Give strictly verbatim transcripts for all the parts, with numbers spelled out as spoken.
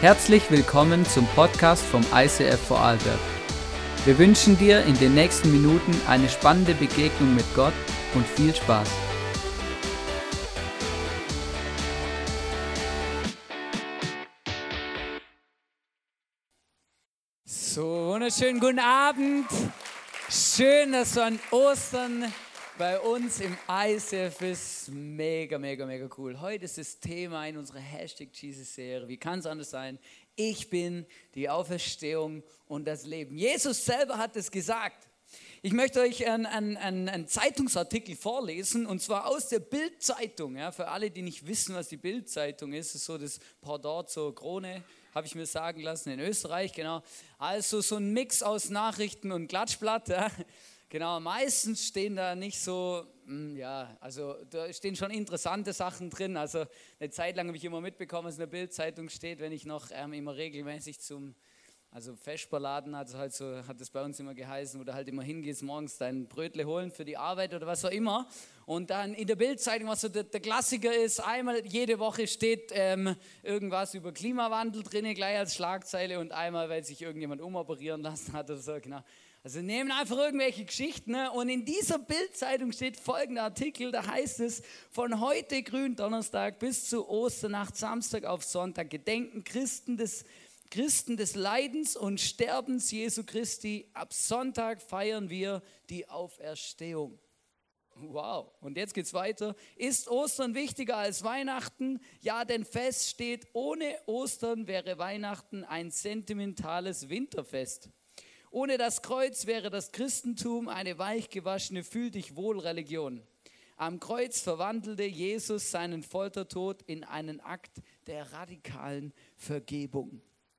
Herzlich willkommen zum Podcast vom I C F Vorarlberg. Wir wünschen dir in den nächsten Minuten eine spannende Begegnung mit Gott und viel Spaß. So, wunderschönen guten Abend. Schön, dass du an Ostern bei uns im I C F bist. Mega, mega, mega cool. Heute ist das Thema in unserer Hashtag Jesus-Serie. Wie kann es anders sein? Ich bin die Auferstehung und das Leben. Jesus selber hat es gesagt. Ich möchte euch einen, einen, einen Zeitungsartikel vorlesen, und zwar aus der Bild-Zeitung. Ja, für alle, die nicht wissen, was die Bild-Zeitung ist, ist so das Pendant zur Krone, habe ich mir sagen lassen, in Österreich, genau. Also so ein Mix aus Nachrichten und Klatschblatt, ja. Genau, meistens stehen da nicht so, ja, also da stehen schon interessante Sachen drin. Also eine Zeit lang habe ich immer mitbekommen, was in der Bild-Zeitung steht, wenn ich noch ähm, immer regelmäßig zum, also Vesperladen, also halt so, hat es bei uns immer geheißen, wo du halt immer hingehst, morgens dein Brötle holen für die Arbeit oder was auch immer. Und dann in der Bild-Zeitung, was so der, der Klassiker ist, einmal jede Woche steht ähm, irgendwas über Klimawandel drin, gleich als Schlagzeile, und einmal, weil sich irgendjemand umoperieren lassen hat oder so, genau. Also nehmen einfach irgendwelche Geschichten, ne? Und in dieser Bild-Zeitung steht folgender Artikel, da heißt es: Von heute Gründonnerstag bis zu Osternacht, Samstag auf Sonntag gedenken Christen des, Christen des Leidens und Sterbens Jesu Christi. Ab Sonntag feiern wir die Auferstehung. Wow, und jetzt geht's weiter. Ist Ostern wichtiger als Weihnachten? Ja, denn fest steht, ohne Ostern wäre Weihnachten ein sentimentales Winterfest. Ohne das Kreuz wäre das Christentum eine weichgewaschene Fühl-dich-wohl-Religion. Am Kreuz verwandelte Jesus seinen Foltertod in einen Akt der radikalen Vergebung.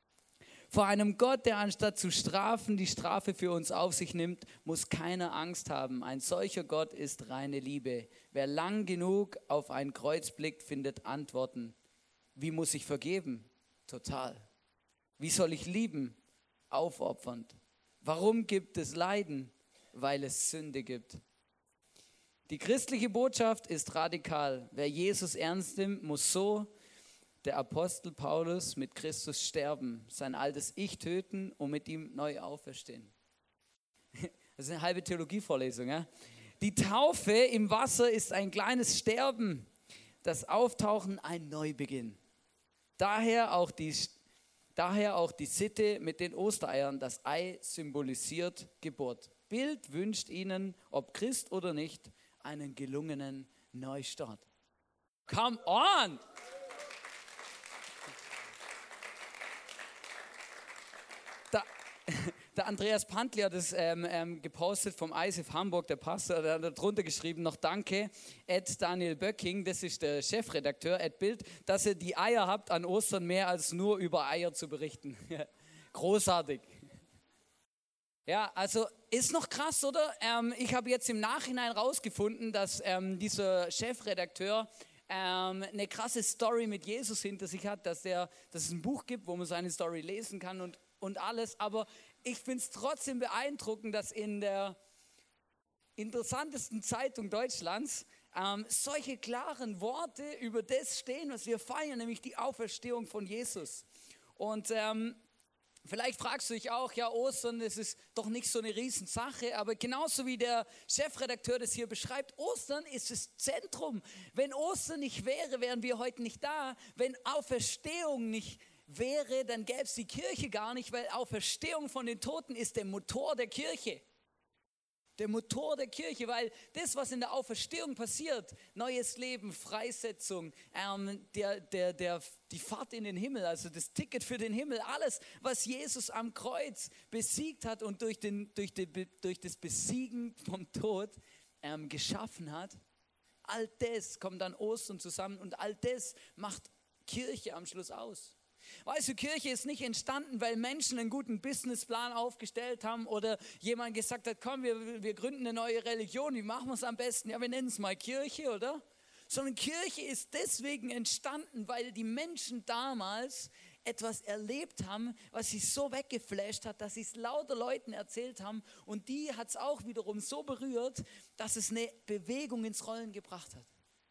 Vor einem Gott, der anstatt zu strafen, die Strafe für uns auf sich nimmt, muss keiner Angst haben. Ein solcher Gott ist reine Liebe. Wer lang genug auf ein Kreuz blickt, findet Antworten. Wie muss ich vergeben? Total. Wie soll ich lieben? Aufopfernd. Warum gibt es Leiden? Weil es Sünde gibt. Die christliche Botschaft ist radikal. Wer Jesus ernst nimmt, muss so der Apostel Paulus mit Christus sterben, sein altes Ich töten und mit ihm neu auferstehen. Das ist eine halbe Theologievorlesung. Ja? Die Taufe im Wasser ist ein kleines Sterben, das Auftauchen ein Neubeginn. Daher auch die Daher auch die Sitte mit den Ostereiern. Das Ei symbolisiert Geburt. Bild wünscht ihnen, ob Christ oder nicht, einen gelungenen Neustart. Come on! Da, der Andreas Pantli hat es ähm, ähm, gepostet vom I C F Hamburg, der Pastor, der hat darunter geschrieben, noch danke, at Daniel Böcking, das ist der Chefredakteur, at Bild, dass ihr die Eier habt an Ostern, mehr als nur über Eier zu berichten. Großartig. Ja, also ist noch krass, oder? Ähm, ich habe jetzt im Nachhinein rausgefunden, dass ähm, dieser Chefredakteur ähm, eine krasse Story mit Jesus hinter sich hat, dass, der, dass es ein Buch gibt, wo man seine Story lesen kann und, und alles, aber ich finde es trotzdem beeindruckend, dass in der interessantesten Zeitung Deutschlands ähm, solche klaren Worte über das stehen, was wir feiern, nämlich die Auferstehung von Jesus. Und ähm, vielleicht fragst du dich auch, ja, Ostern, das ist doch nicht so eine Riesensache, aber genauso wie der Chefredakteur das hier beschreibt, Ostern ist das Zentrum. Wenn Ostern nicht wäre, wären wir heute nicht da. Wenn Auferstehung nicht wäre, dann gäbe es die Kirche gar nicht, weil Auferstehung von den Toten ist der Motor der Kirche. Der Motor der Kirche, weil das, was in der Auferstehung passiert, neues Leben, Freisetzung, ähm, der, der, der, die Fahrt in den Himmel, also das Ticket für den Himmel, alles, was Jesus am Kreuz besiegt hat und durch, den, durch, die, durch das Besiegen vom Tod ähm, geschaffen hat, all das kommt an Ostern zusammen und all das macht Kirche am Schluss aus. Weißt du, Kirche ist nicht entstanden, weil Menschen einen guten Businessplan aufgestellt haben oder jemand gesagt hat, komm, wir, wir gründen eine neue Religion, wie machen wir es am besten? Ja, wir nennen es mal Kirche, oder? Sondern Kirche ist deswegen entstanden, weil die Menschen damals etwas erlebt haben, was sie so weggeflasht hat, dass sie es lauter Leuten erzählt haben, und die hat es auch wiederum so berührt, dass es eine Bewegung ins Rollen gebracht hat.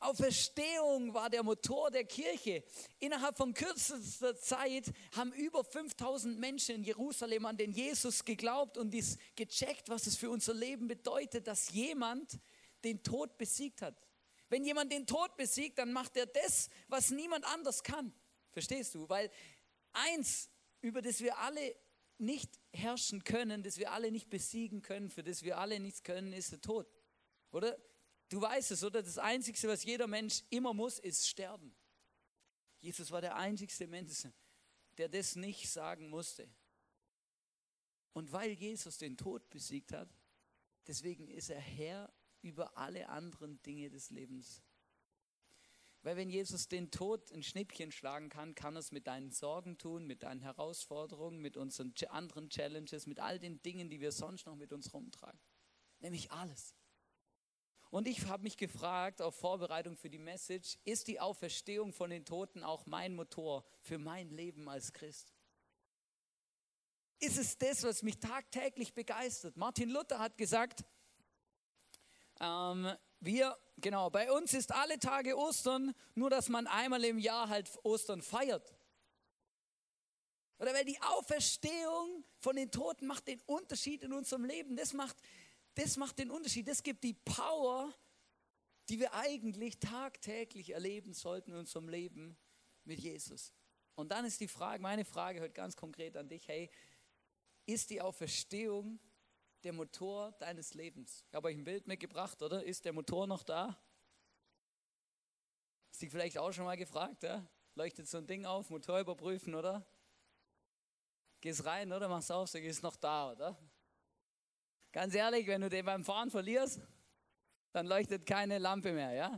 Auferstehung war der Motor der Kirche. Innerhalb von kürzester Zeit haben über fünftausend Menschen in Jerusalem an den Jesus geglaubt und dies gecheckt, was es für unser Leben bedeutet, dass jemand den Tod besiegt hat. Wenn jemand den Tod besiegt, dann macht er das, was niemand anders kann. Verstehst du? Weil eins, über das wir alle nicht herrschen können, das wir alle nicht besiegen können, für das wir alle nichts können, ist der Tod. Oder? Du weißt es, oder? Das Einzige, was jeder Mensch immer muss, ist sterben. Jesus war der einzigste Mensch, der das nicht sagen musste. Und weil Jesus den Tod besiegt hat, deswegen ist er Herr über alle anderen Dinge des Lebens. Weil wenn Jesus den Tod ein Schnippchen schlagen kann, kann er es mit deinen Sorgen tun, mit deinen Herausforderungen, mit unseren anderen Challenges, mit all den Dingen, die wir sonst noch mit uns rumtragen. Nämlich alles. Und ich habe mich gefragt, auf Vorbereitung für die Message, ist die Auferstehung von den Toten auch mein Motor für mein Leben als Christ? Ist es das, was mich tagtäglich begeistert? Martin Luther hat gesagt, ähm, wir, genau, bei uns ist alle Tage Ostern, nur dass man einmal im Jahr halt Ostern feiert. Oder weil die Auferstehung von den Toten macht den Unterschied in unserem Leben. Das macht Das macht den Unterschied. Das gibt die Power, die wir eigentlich tagtäglich erleben sollten in unserem Leben mit Jesus. Und dann ist die Frage, meine Frage heute ganz konkret an dich, hey, ist die Auferstehung der Motor deines Lebens? Ich habe euch ein Bild mitgebracht, oder? Ist der Motor noch da? Hast du dich vielleicht auch schon mal gefragt, ja? Leuchtet so ein Ding auf, Motor überprüfen, oder? Gehst rein, oder? Machst auf, so ist noch da, oder? Ganz ehrlich, wenn du den beim Fahren verlierst, dann leuchtet keine Lampe mehr, ja?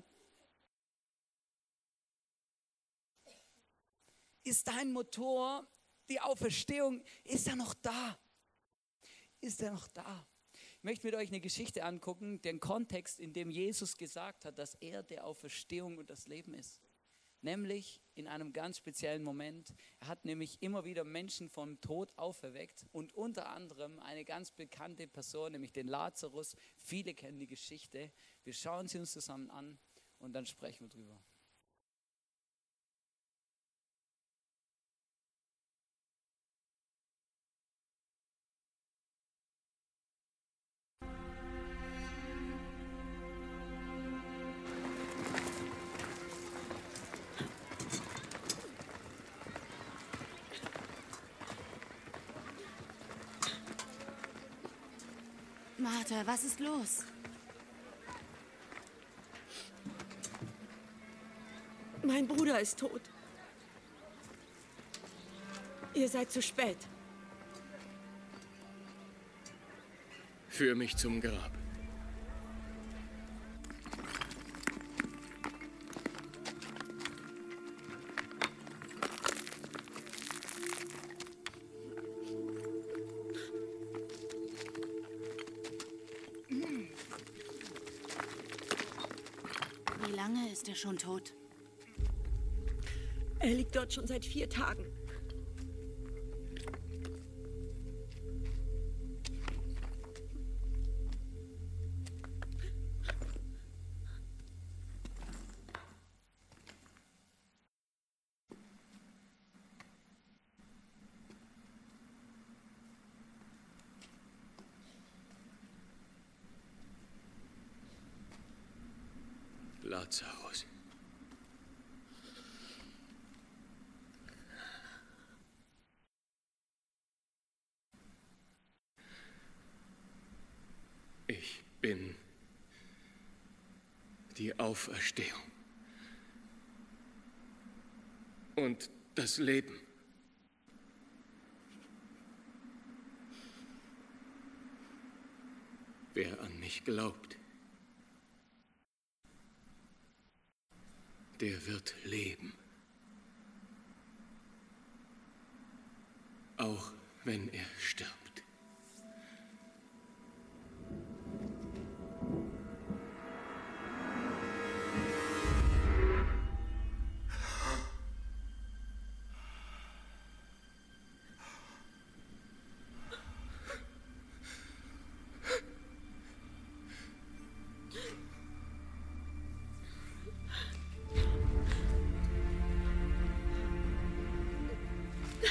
Ist dein Motor, die Auferstehung, ist er noch da? Ist er noch da? Ich möchte mit euch eine Geschichte angucken, den Kontext, in dem Jesus gesagt hat, dass er der Auferstehung und das Leben ist. Nämlich in einem ganz speziellen Moment. Er hat nämlich immer wieder Menschen vom Tod auferweckt und unter anderem eine ganz bekannte Person, nämlich den Lazarus. Viele kennen die Geschichte. Wir schauen sie uns zusammen an und dann sprechen wir drüber. Martha, was ist los? Mein Bruder ist tot. Ihr seid zu spät. Führ mich zum Grab. Wie lange ist er schon tot? Er liegt dort schon seit vier Tagen. Lazarus. Ich bin die Auferstehung und das Leben. Wer an mich glaubt, der wird leben. Auch wenn er stirbt.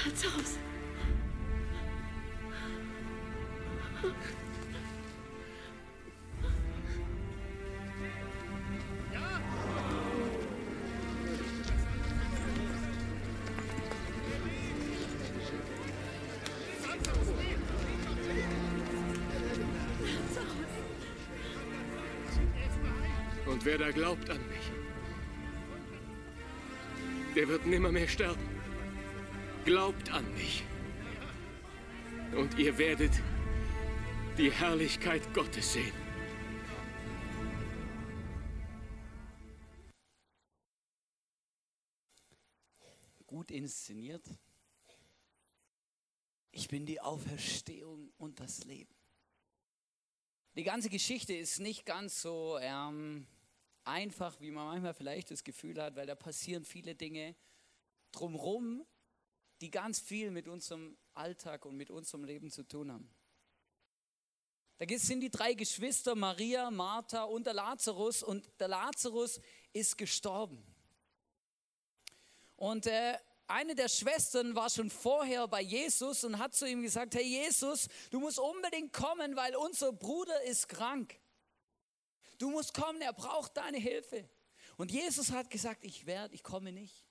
Lazarus. Und wer da glaubt an mich, der wird nimmermehr sterben. Glaubt an mich. Und ihr werdet die Herrlichkeit Gottes sehen. Gut inszeniert. Ich bin die Auferstehung und das Leben. Die ganze Geschichte ist nicht ganz so ähm, einfach, wie man manchmal vielleicht das Gefühl hat, weil da passieren viele Dinge drumherum, die ganz viel mit unserem Alltag und mit unserem Leben zu tun haben. Da sind die drei Geschwister, Maria, Martha und der Lazarus, und der Lazarus ist gestorben. Und äh, eine der Schwestern war schon vorher bei Jesus und hat zu ihm gesagt, hey Jesus, du musst unbedingt kommen, weil unser Bruder ist krank. Du musst kommen, er braucht deine Hilfe. Und Jesus hat gesagt, ich werde, ich komme nicht.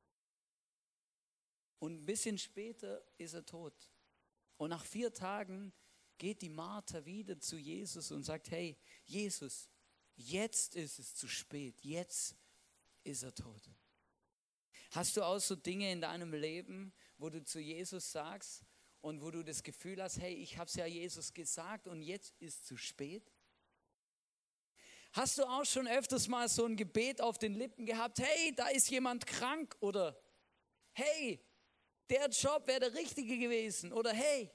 Und ein bisschen später ist er tot. Und nach vier Tagen geht die Martha wieder zu Jesus und sagt, hey Jesus, jetzt ist es zu spät, jetzt ist er tot. Hast du auch so Dinge in deinem Leben, wo du zu Jesus sagst und wo du das Gefühl hast, hey, ich habe es ja Jesus gesagt und jetzt ist es zu spät? Hast du auch schon öfters mal so ein Gebet auf den Lippen gehabt, hey, da ist jemand krank, oder hey, der Job wäre der richtige gewesen, oder hey,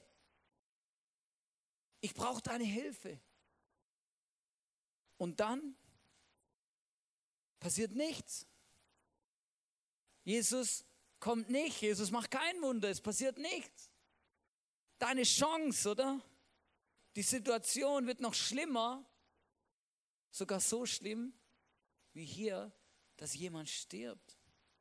ich brauche deine Hilfe. Und dann passiert nichts. Jesus kommt nicht, Jesus macht kein Wunder, es passiert nichts. Deine Chance, oder? Die Situation wird noch schlimmer, sogar so schlimm wie hier, dass jemand stirbt.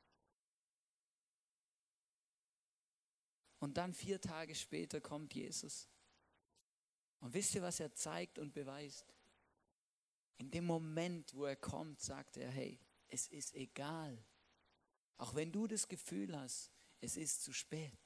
Und dann vier Tage später kommt Jesus. Und wisst ihr, was er zeigt und beweist? In dem Moment, wo er kommt, sagt er, hey, es ist egal. Auch wenn du das Gefühl hast, es ist zu spät.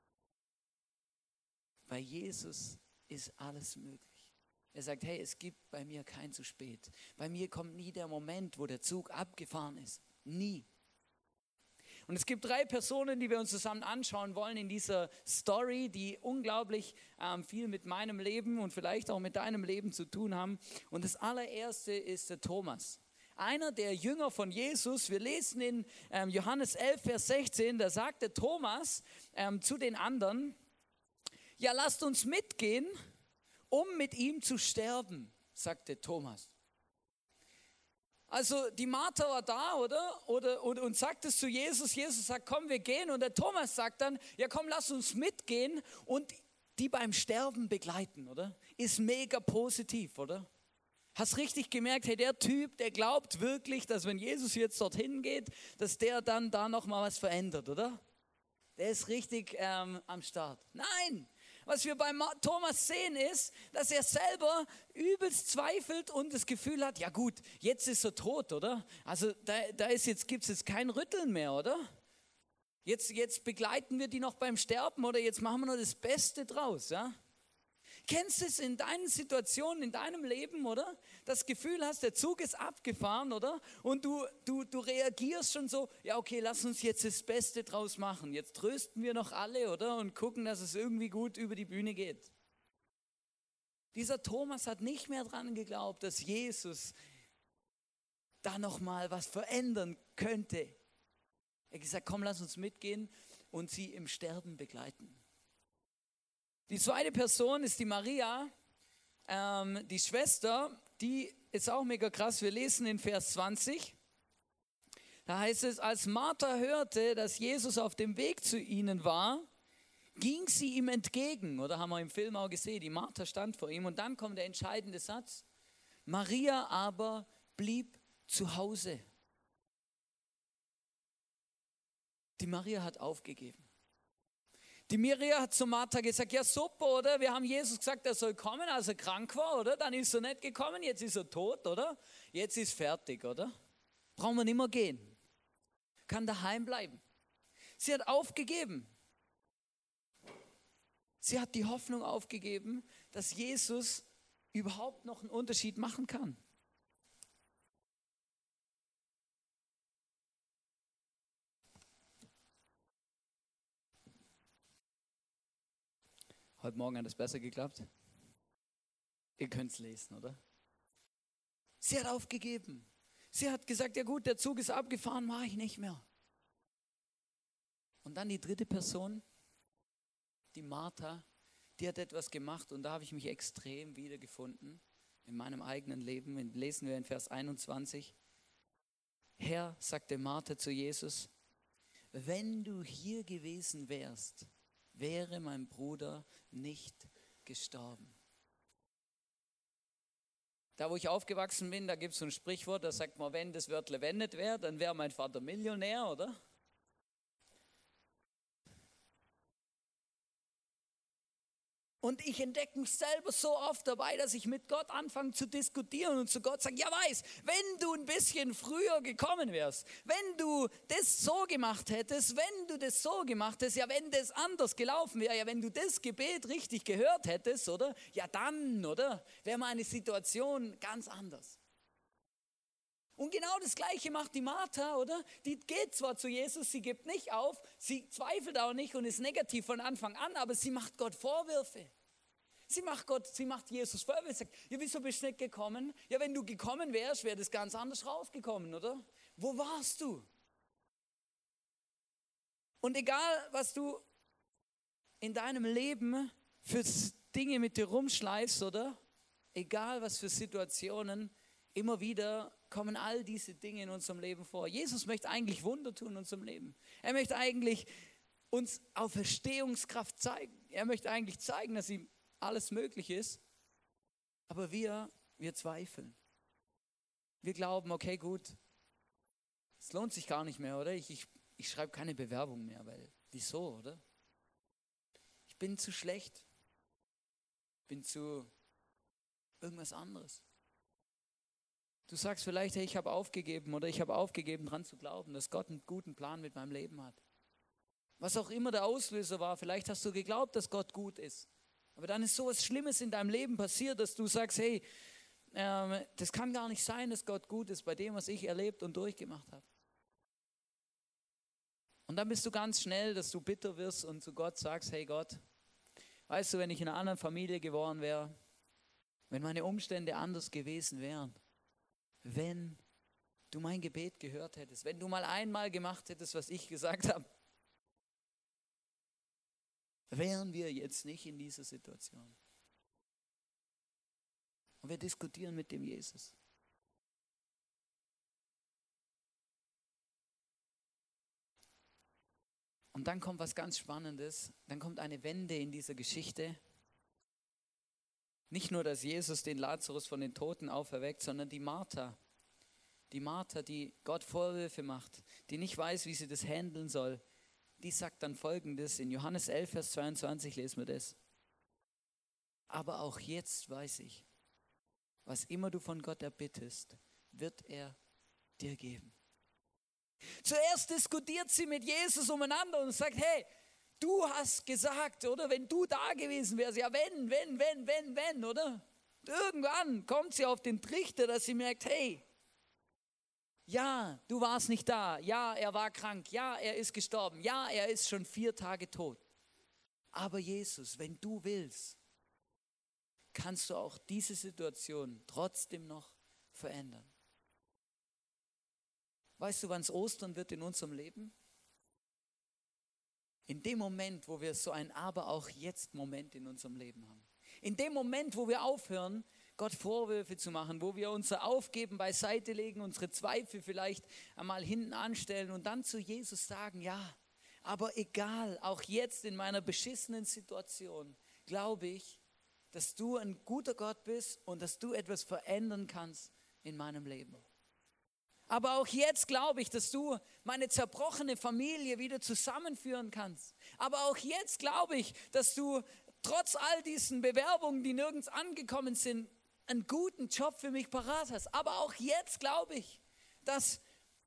Bei Jesus ist alles möglich. Er sagt, hey, es gibt bei mir kein zu spät. Bei mir kommt nie der Moment, wo der Zug abgefahren ist. Nie. Und es gibt drei Personen, die wir uns zusammen anschauen wollen in dieser Story, die unglaublich ähm, viel mit meinem Leben und vielleicht auch mit deinem Leben zu tun haben. Und das allererste ist der Thomas. Einer der Jünger von Jesus, wir lesen in ähm, Johannes elf, Vers sechzehn, da sagt der Thomas ähm, zu den anderen, ja, lasst uns mitgehen, um mit ihm zu sterben, sagte Thomas. Also die Martha war da, oder? oder, oder und sagt es zu Jesus, Jesus sagt, komm, wir gehen, und der Thomas sagt dann, ja komm, lass uns mitgehen und die beim Sterben begleiten, oder? Ist mega positiv, oder? Hast richtig gemerkt, hey, der Typ, der glaubt wirklich, dass wenn Jesus jetzt dorthin geht, dass der dann da nochmal was verändert, oder? Der ist richtig ähm, am Start. Nein, was wir bei Thomas sehen ist, dass er selber übelst zweifelt und das Gefühl hat, ja gut, jetzt ist er tot, oder? Also da, da ist jetzt, gibt es jetzt kein Rütteln mehr, oder? Jetzt, jetzt begleiten wir die noch beim Sterben, oder jetzt machen wir nur das Beste draus, ja? Kennst du es in deinen Situationen, in deinem Leben, oder? Das Gefühl hast, der Zug ist abgefahren, oder? Und du, du, du reagierst schon so, ja okay, lass uns jetzt das Beste draus machen. Jetzt trösten wir noch alle, oder? Und gucken, dass es irgendwie gut über die Bühne geht. Dieser Thomas hat nicht mehr dran geglaubt, dass Jesus da nochmal was verändern könnte. Er hat gesagt, komm, lass uns mitgehen und sie im Sterben begleiten. Die zweite Person ist die Maria, ähm, die Schwester, die ist auch mega krass. Wir lesen in Vers zwanzig. Da heißt es, als Martha hörte, dass Jesus auf dem Weg zu ihnen war, ging sie ihm entgegen. Oder haben wir im Film auch gesehen, die Martha stand vor ihm. Und dann kommt der entscheidende Satz. Maria aber blieb zu Hause. Die Maria hat aufgegeben. Die Miriam hat zu Martha gesagt, ja super, oder? Wir haben Jesus gesagt, er soll kommen, als er krank war, oder? Dann ist er nicht gekommen, jetzt ist er tot, oder? Jetzt ist fertig, oder? Brauchen wir nicht mehr gehen. Kann daheim bleiben. Sie hat aufgegeben. Sie hat die Hoffnung aufgegeben, dass Jesus überhaupt noch einen Unterschied machen kann. Heute Morgen hat es besser geklappt. Ihr könnt es lesen, oder? Sie hat aufgegeben. Sie hat gesagt, ja gut, der Zug ist abgefahren, mache ich nicht mehr. Und dann die dritte Person, die Martha, die hat etwas gemacht und da habe ich mich extrem wiedergefunden in meinem eigenen Leben. Lesen wir in Vers einundzwanzig. Herr, sagte Martha zu Jesus, wenn du hier gewesen wärst, wäre mein Bruder nicht gestorben. Da, wo ich aufgewachsen bin, da gibt es so ein Sprichwort, da sagt man, wenn das Wörtle wendet wäre, dann wäre mein Vater Millionär, oder? Und ich entdecke mich selber so oft dabei, dass ich mit Gott anfange zu diskutieren und zu Gott sage, ja weiß, wenn du ein bisschen früher gekommen wärst, wenn du das so gemacht hättest, wenn du das so gemacht hättest, ja wenn das anders gelaufen wäre, ja wenn du das Gebet richtig gehört hättest, oder? Ja dann, oder? Wäre meine Situation ganz anders. Und genau das Gleiche macht die Martha, oder? Die geht zwar zu Jesus, sie gibt nicht auf, sie zweifelt auch nicht und ist negativ von Anfang an, aber sie macht Gott Vorwürfe. Sie macht Gott, sie macht Jesus Vorwürfe. Sie sagt, ja, wieso bist du nicht gekommen? Ja, wenn du gekommen wärst, wäre das ganz anders rausgekommen, oder? Wo warst du? Und egal, was du in deinem Leben für Dinge mit dir rumschleifst, oder? Egal, was für Situationen, immer wieder kommen all diese Dinge in unserem Leben vor. Jesus möchte eigentlich Wunder tun in unserem Leben. Er möchte eigentlich uns Auferstehungskraft zeigen. Er möchte eigentlich zeigen, dass ihm alles möglich ist. Aber wir, wir zweifeln. Wir glauben, okay, gut, es lohnt sich gar nicht mehr, oder? Ich, ich, ich schreibe keine Bewerbung mehr, weil, wieso, oder? Ich bin zu schlecht. Ich bin zu irgendwas anderes. Du sagst vielleicht, hey, ich habe aufgegeben oder ich habe aufgegeben, daran zu glauben, dass Gott einen guten Plan mit meinem Leben hat. Was auch immer der Auslöser war, vielleicht hast du geglaubt, dass Gott gut ist. Aber dann ist so etwas Schlimmes in deinem Leben passiert, dass du sagst, hey, ähm, das kann gar nicht sein, dass Gott gut ist bei dem, was ich erlebt und durchgemacht habe. Und dann bist du ganz schnell, dass du bitter wirst und zu Gott sagst, hey Gott, weißt du, wenn ich in einer anderen Familie geboren wäre, wenn meine Umstände anders gewesen wären, wenn du mein Gebet gehört hättest, wenn du mal einmal gemacht hättest, was ich gesagt habe, wären wir jetzt nicht in dieser Situation. Und wir diskutieren mit dem Jesus. Und dann kommt was ganz Spannendes, dann kommt eine Wende in dieser Geschichte. Nicht nur, dass Jesus den Lazarus von den Toten auferweckt, sondern die Martha. Die Martha, die Gott Vorwürfe macht, die nicht weiß, wie sie das handeln soll, die sagt dann Folgendes, in Johannes elf, Vers zweiundzwanzig lesen wir das. Aber auch jetzt weiß ich, was immer du von Gott erbittest, wird er dir geben. Zuerst diskutiert sie mit Jesus umeinander und sagt, hey, du hast gesagt, oder, wenn du da gewesen wärst, ja wenn, wenn, wenn, wenn, wenn, oder? Irgendwann kommt sie auf den Trichter, dass sie merkt, hey, ja, du warst nicht da, ja, er war krank, ja, er ist gestorben, ja, er ist schon vier Tage tot. Aber Jesus, wenn du willst, kannst du auch diese Situation trotzdem noch verändern. Weißt du, wann es Ostern wird in unserem Leben? In dem Moment, wo wir so ein Aber auch jetzt Moment in unserem Leben haben. In dem Moment, wo wir aufhören, Gott Vorwürfe zu machen, wo wir unser Aufgeben beiseite legen, unsere Zweifel vielleicht einmal hinten anstellen und dann zu Jesus sagen, ja, aber egal, auch jetzt in meiner beschissenen Situation, glaube ich, dass du ein guter Gott bist und dass du etwas verändern kannst in meinem Leben. Aber auch jetzt glaube ich, dass du meine zerbrochene Familie wieder zusammenführen kannst. Aber auch jetzt glaube ich, dass du trotz all diesen Bewerbungen, die nirgends angekommen sind, einen guten Job für mich parat hast. Aber auch jetzt glaube ich, dass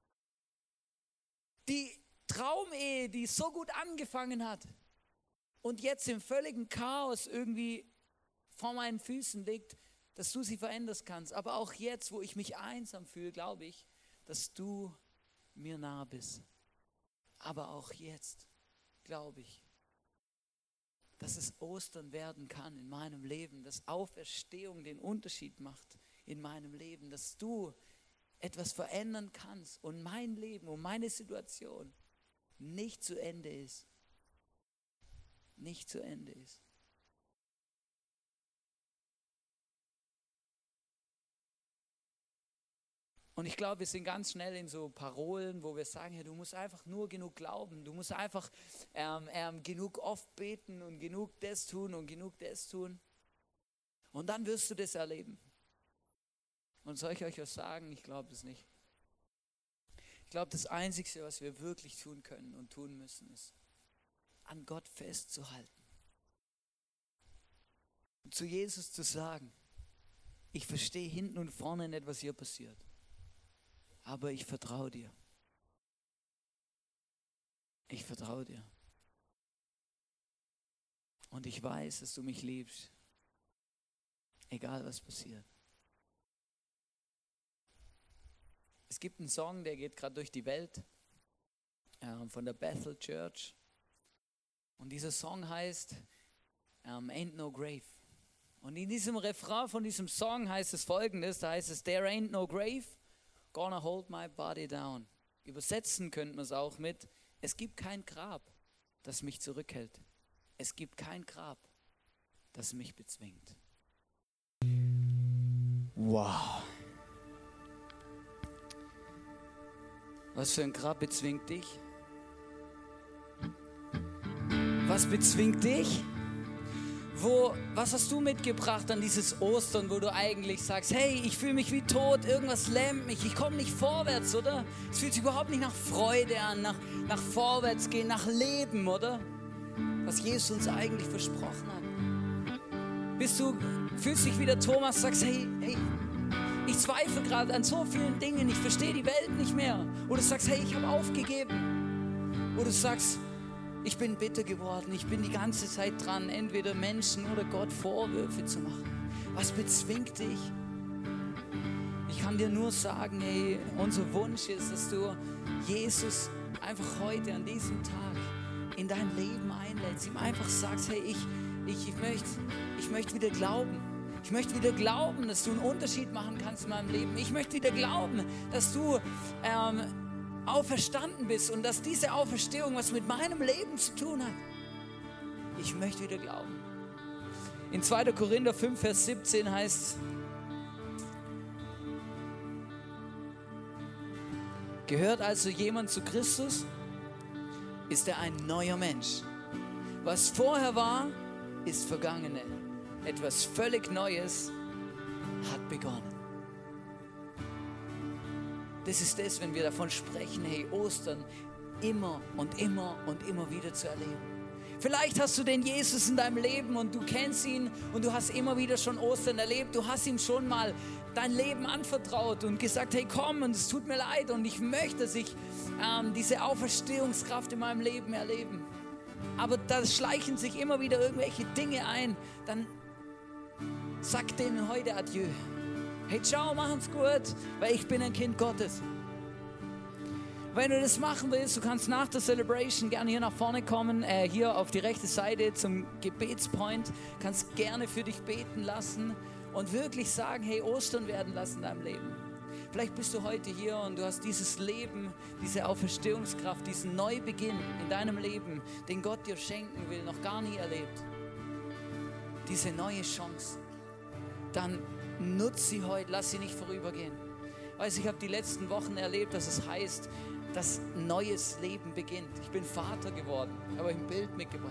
die Traumehe, die so gut angefangen hat und jetzt im völligen Chaos irgendwie vor meinen Füßen liegt, dass du sie verändern kannst. Aber auch jetzt, wo ich mich einsam fühle, glaube ich, dass du mir nah bist. Aber auch jetzt glaube ich, dass es Ostern werden kann in meinem Leben, dass Auferstehung den Unterschied macht in meinem Leben, dass du etwas verändern kannst und mein Leben und meine Situation nicht zu Ende ist. Nicht zu Ende ist. Und ich glaube, wir sind ganz schnell in so Parolen, wo wir sagen, ja, du musst einfach nur genug glauben, du musst einfach ähm, ähm, genug oft beten und genug das tun und genug das tun. Und dann wirst du das erleben. Und soll ich euch was sagen? Ich glaube das nicht. Ich glaube, das Einzige, was wir wirklich tun können und tun müssen, ist, an Gott festzuhalten. Und zu Jesus zu sagen, ich verstehe hinten und vorne nicht, was hier passiert. Aber ich vertraue dir. Ich vertraue dir. Und ich weiß, dass du mich liebst. Egal was passiert. Es gibt einen Song, der geht gerade durch die Welt, äh, von der Bethel Church. Und dieser Song heißt um, Ain't No Grave. Und in diesem Refrain von diesem Song heißt es Folgendes, da heißt es, There ain't no grave, gonna hold my body down. Übersetzen könnte man es auch mit, es gibt kein Grab, das mich zurückhält. Es gibt kein Grab, das mich bezwingt. Wow. Was für ein Grab bezwingt dich? Was bezwingt dich? Wo, was hast du mitgebracht an dieses Ostern, wo du eigentlich sagst, hey, ich fühle mich wie tot, irgendwas lähmt mich, ich komme nicht vorwärts, oder? Es fühlt sich überhaupt nicht nach Freude an, nach, nach Vorwärtsgehen, nach Leben, oder? Was Jesus uns eigentlich versprochen hat. Bist du, fühlst dich wie der Thomas, sagst, hey, hey, ich zweifle gerade an so vielen Dingen, ich verstehe die Welt nicht mehr. Oder du sagst, hey, ich habe aufgegeben. Oder du sagst, ich bin bitter geworden, ich bin die ganze Zeit dran, entweder Menschen oder Gott Vorwürfe zu machen. Was bezwingt dich? Ich kann dir nur sagen, hey, unser Wunsch ist, dass du Jesus einfach heute an diesem Tag in dein Leben einlädst, ihm einfach sagst, hey, ich, ich, ich möchte ich möchte wieder glauben. Ich möchte wieder glauben, dass du einen Unterschied machen kannst in meinem Leben. Ich möchte wieder glauben, dass du ähm, auferstanden bist und dass diese Auferstehung was mit meinem Leben zu tun hat. Ich möchte wieder glauben. In zweiter Korinther fünf, Vers siebzehn heißt es, gehört also jemand zu Christus, ist er ein neuer Mensch. Was vorher war, ist Vergangene. Etwas völlig Neues hat begonnen. Das ist das, wenn wir davon sprechen, hey, Ostern immer und immer und immer wieder zu erleben. Vielleicht hast du den Jesus in deinem Leben und du kennst ihn und du hast immer wieder schon Ostern erlebt. Du hast ihm schon mal dein Leben anvertraut und gesagt, hey, komm, und es tut mir leid und ich möchte, dass ich ähm, diese Auferstehungskraft in meinem Leben erleben. Aber da schleichen sich immer wieder irgendwelche Dinge ein, dann sag denen heute Adieu. Hey, ciao, machen's gut, weil ich bin ein Kind Gottes. Wenn du das machen willst, du kannst nach der Celebration gerne hier nach vorne kommen, äh, hier auf die rechte Seite zum Gebetspoint, kannst gerne für dich beten lassen und wirklich sagen, hey, Ostern werden lassen in deinem Leben. Vielleicht bist du heute hier und du hast dieses Leben, diese Auferstehungskraft, diesen Neubeginn in deinem Leben, den Gott dir schenken will, noch gar nie erlebt. Diese neue Chance. Dann nutz sie heute, lass sie nicht vorübergehen. Weißt, ich habe die letzten Wochen erlebt, dass es heißt, dass neues Leben beginnt. Ich bin Vater geworden, habe euch ein Bild mitgebracht.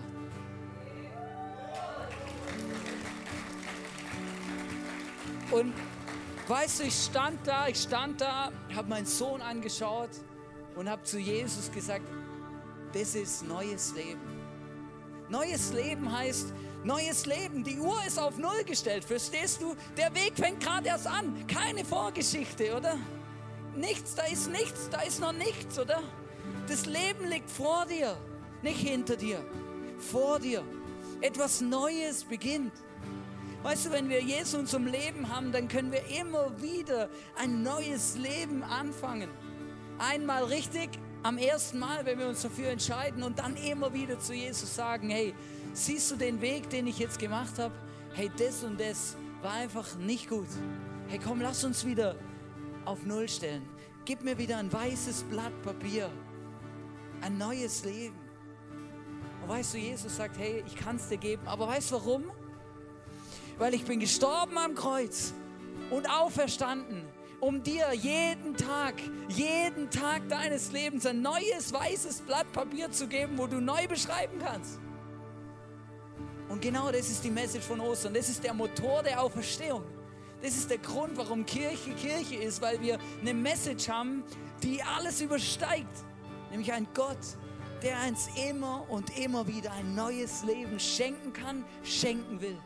Und Weißt du, ich stand da, ich stand da, habe meinen Sohn angeschaut und habe zu Jesus gesagt, das ist neues Leben. Neues Leben heißt, neues Leben, die Uhr ist auf Null gestellt, verstehst du? Der Weg fängt gerade erst an, keine Vorgeschichte, oder? Nichts, da ist nichts, da ist noch nichts, oder? Das Leben liegt vor dir, nicht hinter dir, vor dir. Etwas Neues beginnt. Weißt du, wenn wir Jesus in unserem Leben haben, dann können wir immer wieder ein neues Leben anfangen. Einmal richtig, am ersten Mal, wenn wir uns dafür entscheiden und dann immer wieder zu Jesus sagen, hey, siehst du den Weg, den ich jetzt gemacht habe? Hey, das und das war einfach nicht gut. Hey, komm, lass uns wieder auf Null stellen. Gib mir wieder ein weißes Blatt Papier. Ein neues Leben. Und weißt du, Jesus sagt, hey, ich kann es dir geben. Aber weißt du warum? Weil ich bin gestorben am Kreuz und auferstanden, um dir jeden Tag, jeden Tag deines Lebens ein neues weißes Blatt Papier zu geben, wo du neu beschreiben kannst. Und genau das ist die Message von Ostern. Das ist der Motor der Auferstehung. Das ist der Grund, warum Kirche Kirche ist, weil wir eine Message haben, die alles übersteigt. Nämlich ein Gott, der uns immer und immer wieder ein neues Leben schenken kann, schenken will.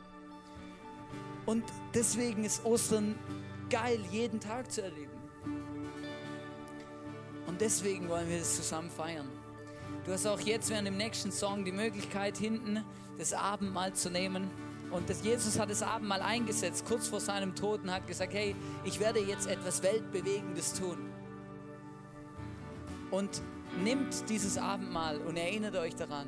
Und deswegen ist Ostern geil, jeden Tag zu erleben. Und deswegen wollen wir das zusammen feiern. Du hast auch jetzt während dem nächsten Song die Möglichkeit, hinten das Abendmahl zu nehmen. Und das Jesus hat das Abendmahl eingesetzt, kurz vor seinem Tod, und hat gesagt, hey, ich werde jetzt etwas Weltbewegendes tun. Und nimmt dieses Abendmahl und erinnert euch daran,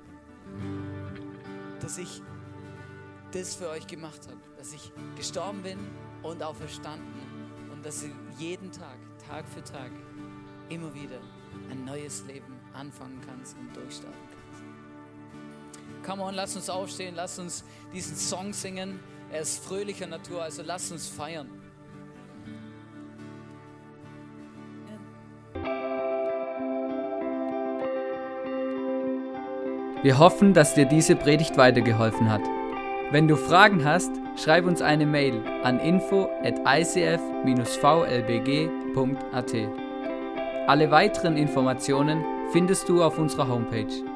dass ich das für euch gemacht habe, dass ich gestorben bin und auferstanden und dass du jeden Tag, Tag für Tag, immer wieder ein neues Leben anfangen kannst und durchstarten kannst. Come on, lass uns aufstehen, lass uns diesen Song singen. Er ist fröhlicher Natur, also lass uns feiern. Wir hoffen, dass dir diese Predigt weitergeholfen hat. Wenn du Fragen hast, schreib uns eine Mail an info at i c f dash v l b g punkt a t. Alle weiteren Informationen findest du auf unserer Homepage.